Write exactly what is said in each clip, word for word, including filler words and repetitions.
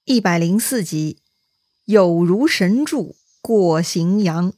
一百零四集，有如神助过荥阳。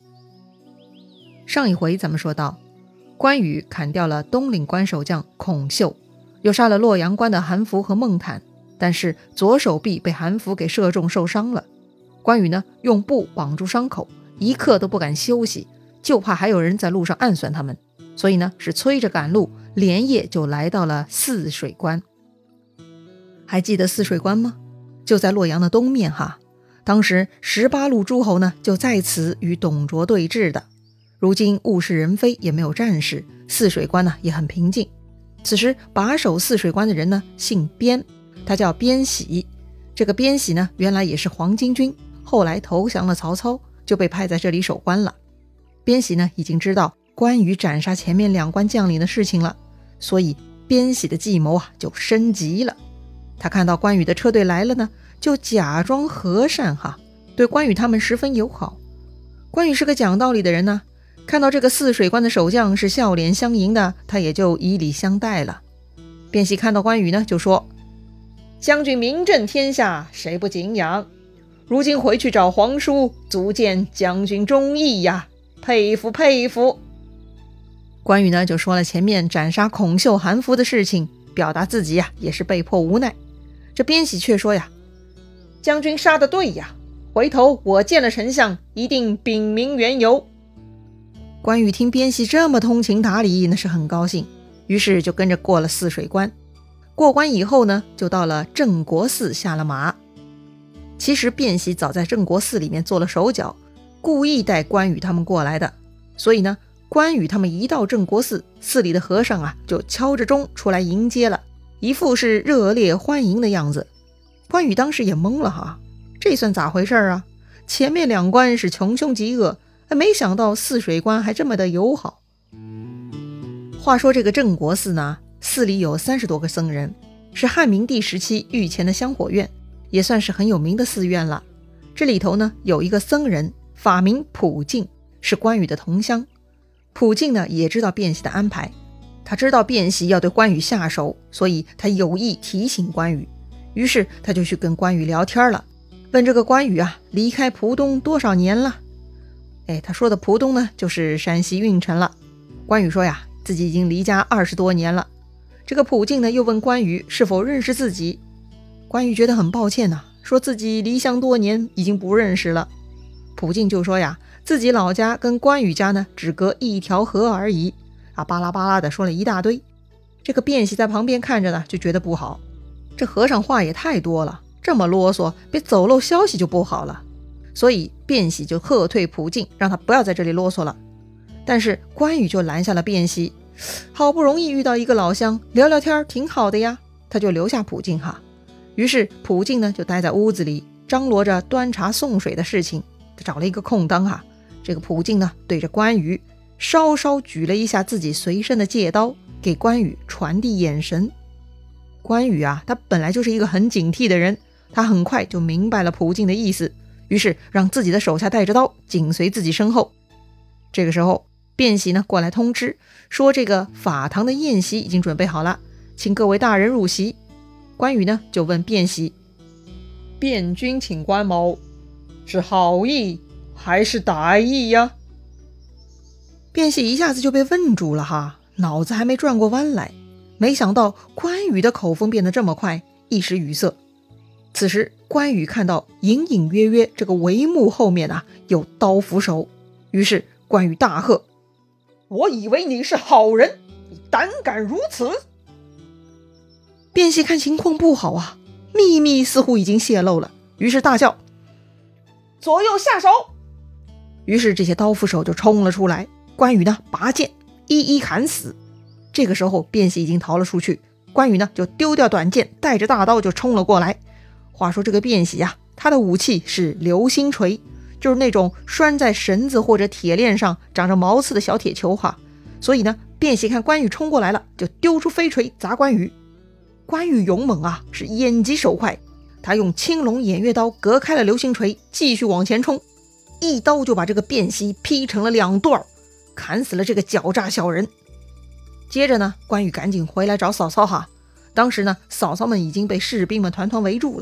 上一回咱们说到，关羽砍掉了东岭关守将孔秀，又杀了洛阳关的韩福和孟坦，但是左手臂被韩福给射中受伤了。关羽呢，用布绑住伤口，一刻都不敢休息，就怕还有人在路上暗算他们，所以呢是催着赶路，连夜就来到了泗水关。还记得泗水关吗？就在洛阳的东面哈。当时十八路诸侯呢就在此与董卓对峙的。如今物是人非，也没有战事，泗水关呢也很平静。此时把守泗水关的人呢姓边，他叫边喜。这个边喜呢原来也是黄巾军，后来投降了曹操，就被派在这里守关了。边喜呢已经知道关羽斩杀前面两关将领的事情了，所以边喜的计谋啊就升级了。他看到关羽的车队来了呢，就假装和善哈，对关羽他们十分友好。关羽是个讲道理的人呢，看到这个泗水关的守将是笑脸相迎的，他也就以礼相待了。边喜看到关羽呢，就说：将军名震天下，谁不敬仰？如今回去找皇叔，足见将军忠义呀，佩服佩服。关羽呢就说了前面斩杀孔秀、韩福的事情，表达自己呀也是被迫无奈。这边喜却说呀：将军杀得对呀，回头我见了丞相，一定禀明缘由。关羽听边喜这么通情达理，那是很高兴，于是就跟着过了泗水关。过关以后呢，就到了郑国寺下了马。其实边喜早在郑国寺里面做了手脚，故意带关羽他们过来的。所以呢，关羽他们一到郑国寺，寺里的和尚啊就敲着钟出来迎接了，一副是热烈欢迎的样子。关羽当时也懵了哈，这算咋回事啊？前面两关是穷凶极恶，没想到泗水关还这么的友好。话说这个郑国寺呢，寺里有三十多个僧人，是汉明帝时期御前的香火院，也算是很有名的寺院了。这里头呢有一个僧人，法名普净，是关羽的同乡。普净呢也知道边喜的安排，他知道边喜要对关羽下手，所以他有意提醒关羽。于是他就去跟关羽聊天了，问这个关羽啊离开浦东多少年了。哎，他说的浦东呢就是山西运城了。关羽说呀自己已经离家二十多年了。这个普净呢又问关羽是否认识自己。关羽觉得很抱歉呐、啊，说自己离乡多年，已经不认识了。普净就说呀自己老家跟关羽家呢只隔一条河而已啊，巴拉巴拉的说了一大堆。这个边喜在旁边看着呢就觉得不好，这和尚话也太多了，这么啰嗦，别走漏消息就不好了。所以边喜就喝退普净，让他不要在这里啰嗦了。但是关羽就拦下了边喜，好不容易遇到一个老乡，聊聊天挺好的呀，他就留下普净哈。于是普净呢就待在屋子里，张罗着端茶送水的事情。他找了一个空当哈，这个普净呢对着关羽稍稍举了一下自己随身的戒刀，给关羽传递眼神。关羽啊他本来就是一个很警惕的人，他很快就明白了普净的意思，于是让自己的手下带着刀紧随自己身后。这个时候边喜呢过来通知说，这个法堂的宴席已经准备好了，请各位大人入席。关羽呢就问边喜：边军请关某是好意还是歹意呀？边喜一下子就被问住了哈，脑子还没转过弯来，没想到关羽的口风变得这么快，一时语塞。此时关羽看到隐隐约约这个帷幕后面啊有刀斧手，于是关羽大喝：我以为你是好人，你胆敢如此！边喜看情况不好啊，秘密似乎已经泄露了，于是大叫：左右下手！于是这些刀斧手就冲了出来，关羽呢拔剑一一砍死。这个时候边喜已经逃了出去，关羽呢就丢掉短剑，带着大刀就冲了过来。话说这个边喜啊，他的武器是流星锤，就是那种拴在绳子或者铁链上长着毛刺的小铁球哈。所以呢边喜看关羽冲过来了，就丢出飞锤砸关羽。关羽勇猛啊，是眼疾手快，他用青龙偃月刀隔开了流星锤，继续往前冲，一刀就把这个边喜劈成了两段，砍死了这个狡诈小人。接着呢关羽赶紧回来找嫂嫂哈，当时呢嫂嫂们已经被士兵们团团围住了，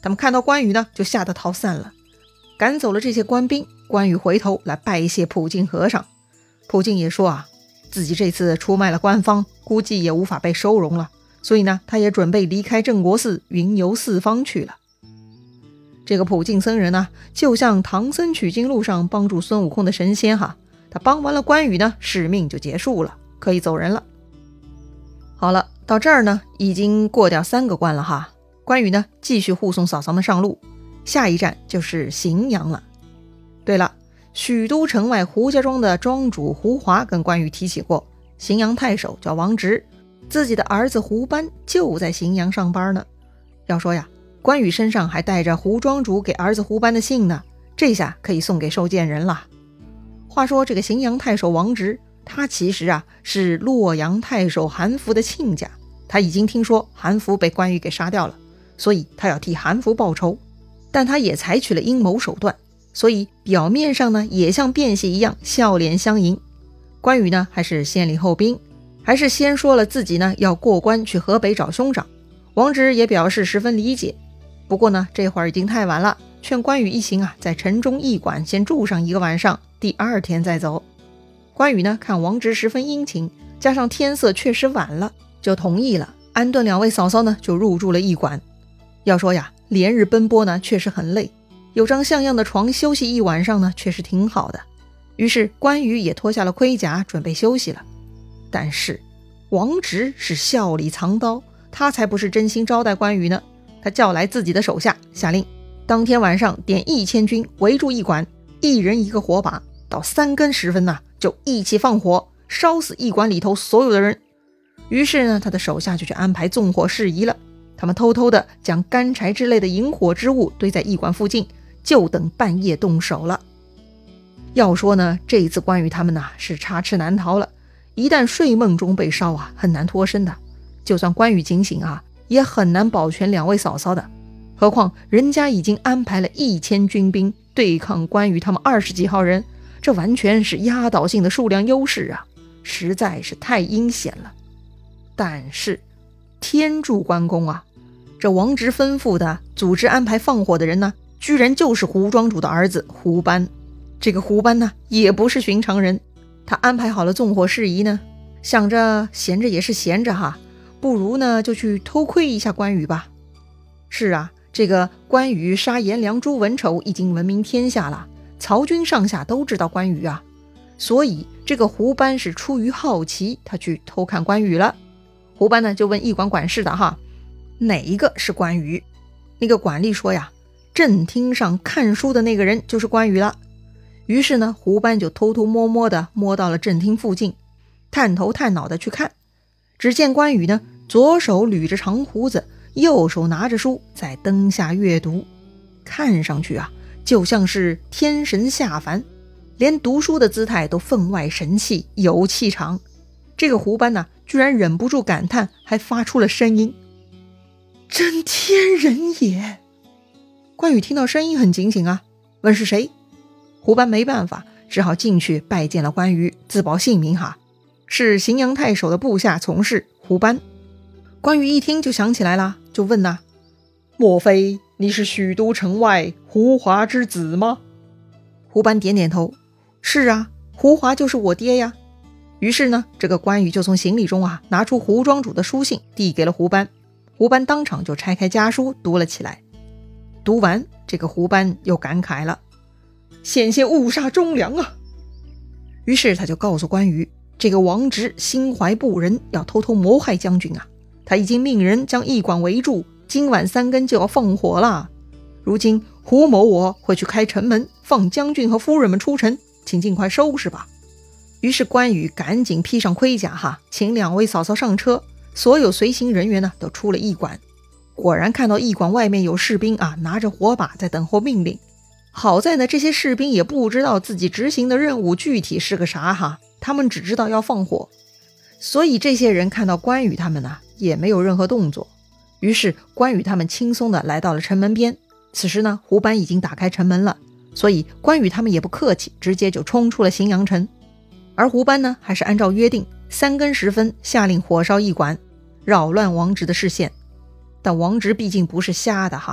他们看到关羽呢，就吓得逃散了，赶走了这些官兵。关羽回头来拜谢普净和尚，普净也说啊，自己这次出卖了官方，估计也无法被收容了，所以呢，他也准备离开镇国寺，云游四方去了。这个普净僧人呢，就像唐僧取经路上帮助孙悟空的神仙哈，他帮完了关羽呢，使命就结束了，可以走人了。好了，到这儿呢，已经过掉三个关了哈。关羽呢，继续护送嫂嫂们上路，下一站就是荥阳了。对了，许都城外胡家庄的庄主胡华跟关羽提起过，荥阳太守叫王直，自己的儿子胡班就在荥阳上班呢。要说呀，关羽身上还带着胡庄主给儿子胡班的信呢，这下可以送给收件人了。话说这个荥阳太守王直，他其实啊是洛阳太守韩福的亲家，他已经听说韩福被关羽给杀掉了，所以他要替韩福报仇，但他也采取了阴谋手段，所以表面上呢也像变戏一样笑脸相迎。关羽呢还是先礼后兵，还是先说了自己呢要过关去河北找兄长。王直也表示十分理解，不过呢这会儿已经太晚了，劝关羽一行啊在城中驿馆先住上一个晚上，第二天再走。关羽呢看王直十分殷勤，加上天色确实晚了，就同意了，安顿两位嫂嫂呢就入住了驿馆。要说呀，连日奔波呢确实很累，有张像样的床休息一晚上呢确实挺好的。于是关羽也脱下了盔甲准备休息了。但是王直是笑里藏刀，他才不是真心招待关羽呢。他叫来自己的手下，下令当天晚上点一千军围住驿馆，一人一个火把，到三更时分呢就一起放火，烧死驿馆里头所有的人。于是呢他的手下就去安排纵火事宜了，他们偷偷的将干柴之类的引火之物堆在驿馆附近，就等半夜动手了。要说呢，这一次关羽他们呐是插翅难逃了，一旦睡梦中被烧啊，很难脱身的。就算关羽警醒啊，也很难保全两位嫂嫂的。何况人家已经安排了一千军兵对抗关羽他们二十几号人，这完全是压倒性的数量优势啊，实在是太阴险了。但是天助关公啊，这王直吩咐的组织安排放火的人呢，居然就是胡庄主的儿子胡班。这个胡班呢也不是寻常人，他安排好了纵火事宜呢，想着闲着也是闲着哈，不如呢就去偷窥一下关羽吧。是啊，这个关羽杀颜良、诛文丑已经闻名天下了，曹军上下都知道关羽啊，所以这个胡班是出于好奇，他去偷看关羽了。胡班呢就问驿馆管事的哈，哪一个是关羽？那个管吏说呀，正厅上看书的那个人就是关羽了。于是呢胡班就偷偷摸摸的摸到了正厅附近，探头探脑的去看，只见关羽呢左手捋着长胡子，右手拿着书在灯下阅读，看上去啊就像是天神下凡，连读书的姿态都分外神气有气场。这个胡班呢居然忍不住感叹，还发出了声音，真天人也。关羽听到声音很警醒啊，问是谁。胡班没办法，只好进去拜见了关羽，自报姓名哈，是荥阳太守的部下从事胡班。关羽一听就想起来了，就问呐、啊，莫非你是许都城外胡华之子吗？胡班点点头，是啊，胡华就是我爹呀。于是呢这个关羽就从行李中啊拿出胡庄主的书信递给了胡班，胡班当场就拆开家书读了起来。读完，这个胡班又感慨了，险些误杀忠良啊。于是他就告诉关羽，这个王直心怀不仁，要偷偷谋害将军啊，他已经命人将驿馆围住，今晚三更就要放火了。如今胡某我会去开城门，放将军和夫人们出城，请尽快收拾吧。于是关羽赶紧披上盔甲哈，请两位嫂嫂上车，所有随行人员呢都出了驿馆。果然看到驿馆外面有士兵啊，拿着火把在等候命令。好在呢这些士兵也不知道自己执行的任务具体是个啥哈，他们只知道要放火，所以这些人看到关羽他们呢也没有任何动作。于是关羽他们轻松的来到了城门边，此时呢胡班已经打开城门了，所以关羽他们也不客气，直接就冲出了荥阳城。而胡班呢还是按照约定，三更时分下令火烧驿馆，扰乱王直的视线。但王直毕竟不是瞎的哈，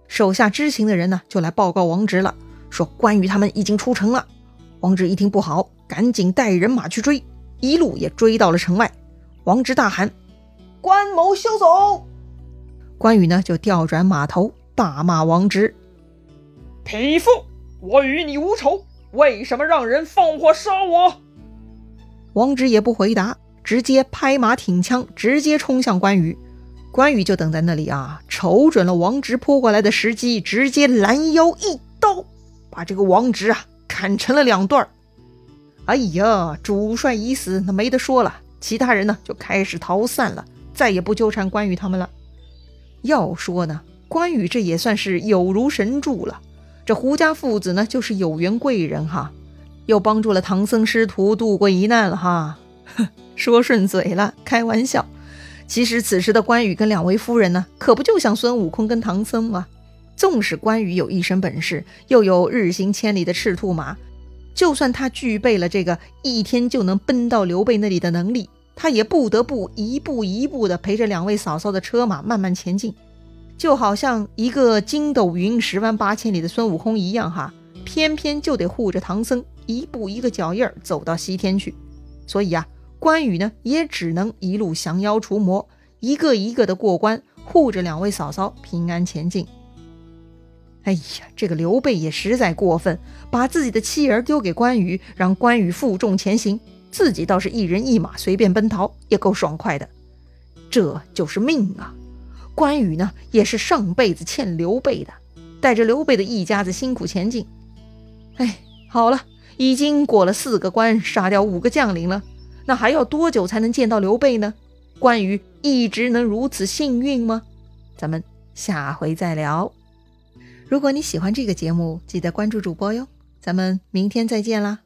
手下知情的人呢，就来报告王直了，说关羽他们已经出城了。王直一听不好，赶紧带人马去追，一路也追到了城外。王直大喊：关某休走！关羽呢就调转马头，大骂王直： 匹夫，我与你无仇，为什么让人放火烧我？ 王直也不回答，直接拍马挺枪，直接冲向关羽。关羽就等在那里啊，瞅准了王直扑过来的时机，直接拦腰一刀，把这个王直啊砍成了两段。哎呀，主帅已死，那没得说了，其他人呢就开始逃散了，再也不纠缠关羽他们了。要说呢，关羽这也算是有如神助了，这胡家父子呢就是有缘贵人哈，又帮助了唐僧师徒度过一难了哈。说顺嘴了，开玩笑。其实此时的关羽跟两位夫人呢，可不就像孙悟空跟唐僧吗？纵使关羽有一身本事，又有日行千里的赤兔马，就算他具备了这个一天就能奔到刘备那里的能力，他也不得不一步一步的陪着两位嫂嫂的车马慢慢前进，就好像一个筋斗云十万八千里的孙悟空一样哈，偏偏就得护着唐僧一步一个脚印儿走到西天去。所以啊，关羽呢也只能一路降妖除魔，一个一个的过关，护着两位嫂嫂平安前进。哎呀，这个刘备也实在过分，把自己的妻儿丢给关羽，让关羽负重前行，自己倒是一人一马随便奔逃，也够爽快的。这就是命啊！关羽呢也是上辈子欠刘备的，带着刘备的一家子辛苦前进。哎，好了，已经过了四个关，杀掉五个将领了，那还要多久才能见到刘备呢？关羽一直能如此幸运吗？咱们下回再聊。如果你喜欢这个节目，记得关注主播哟，咱们明天再见啦。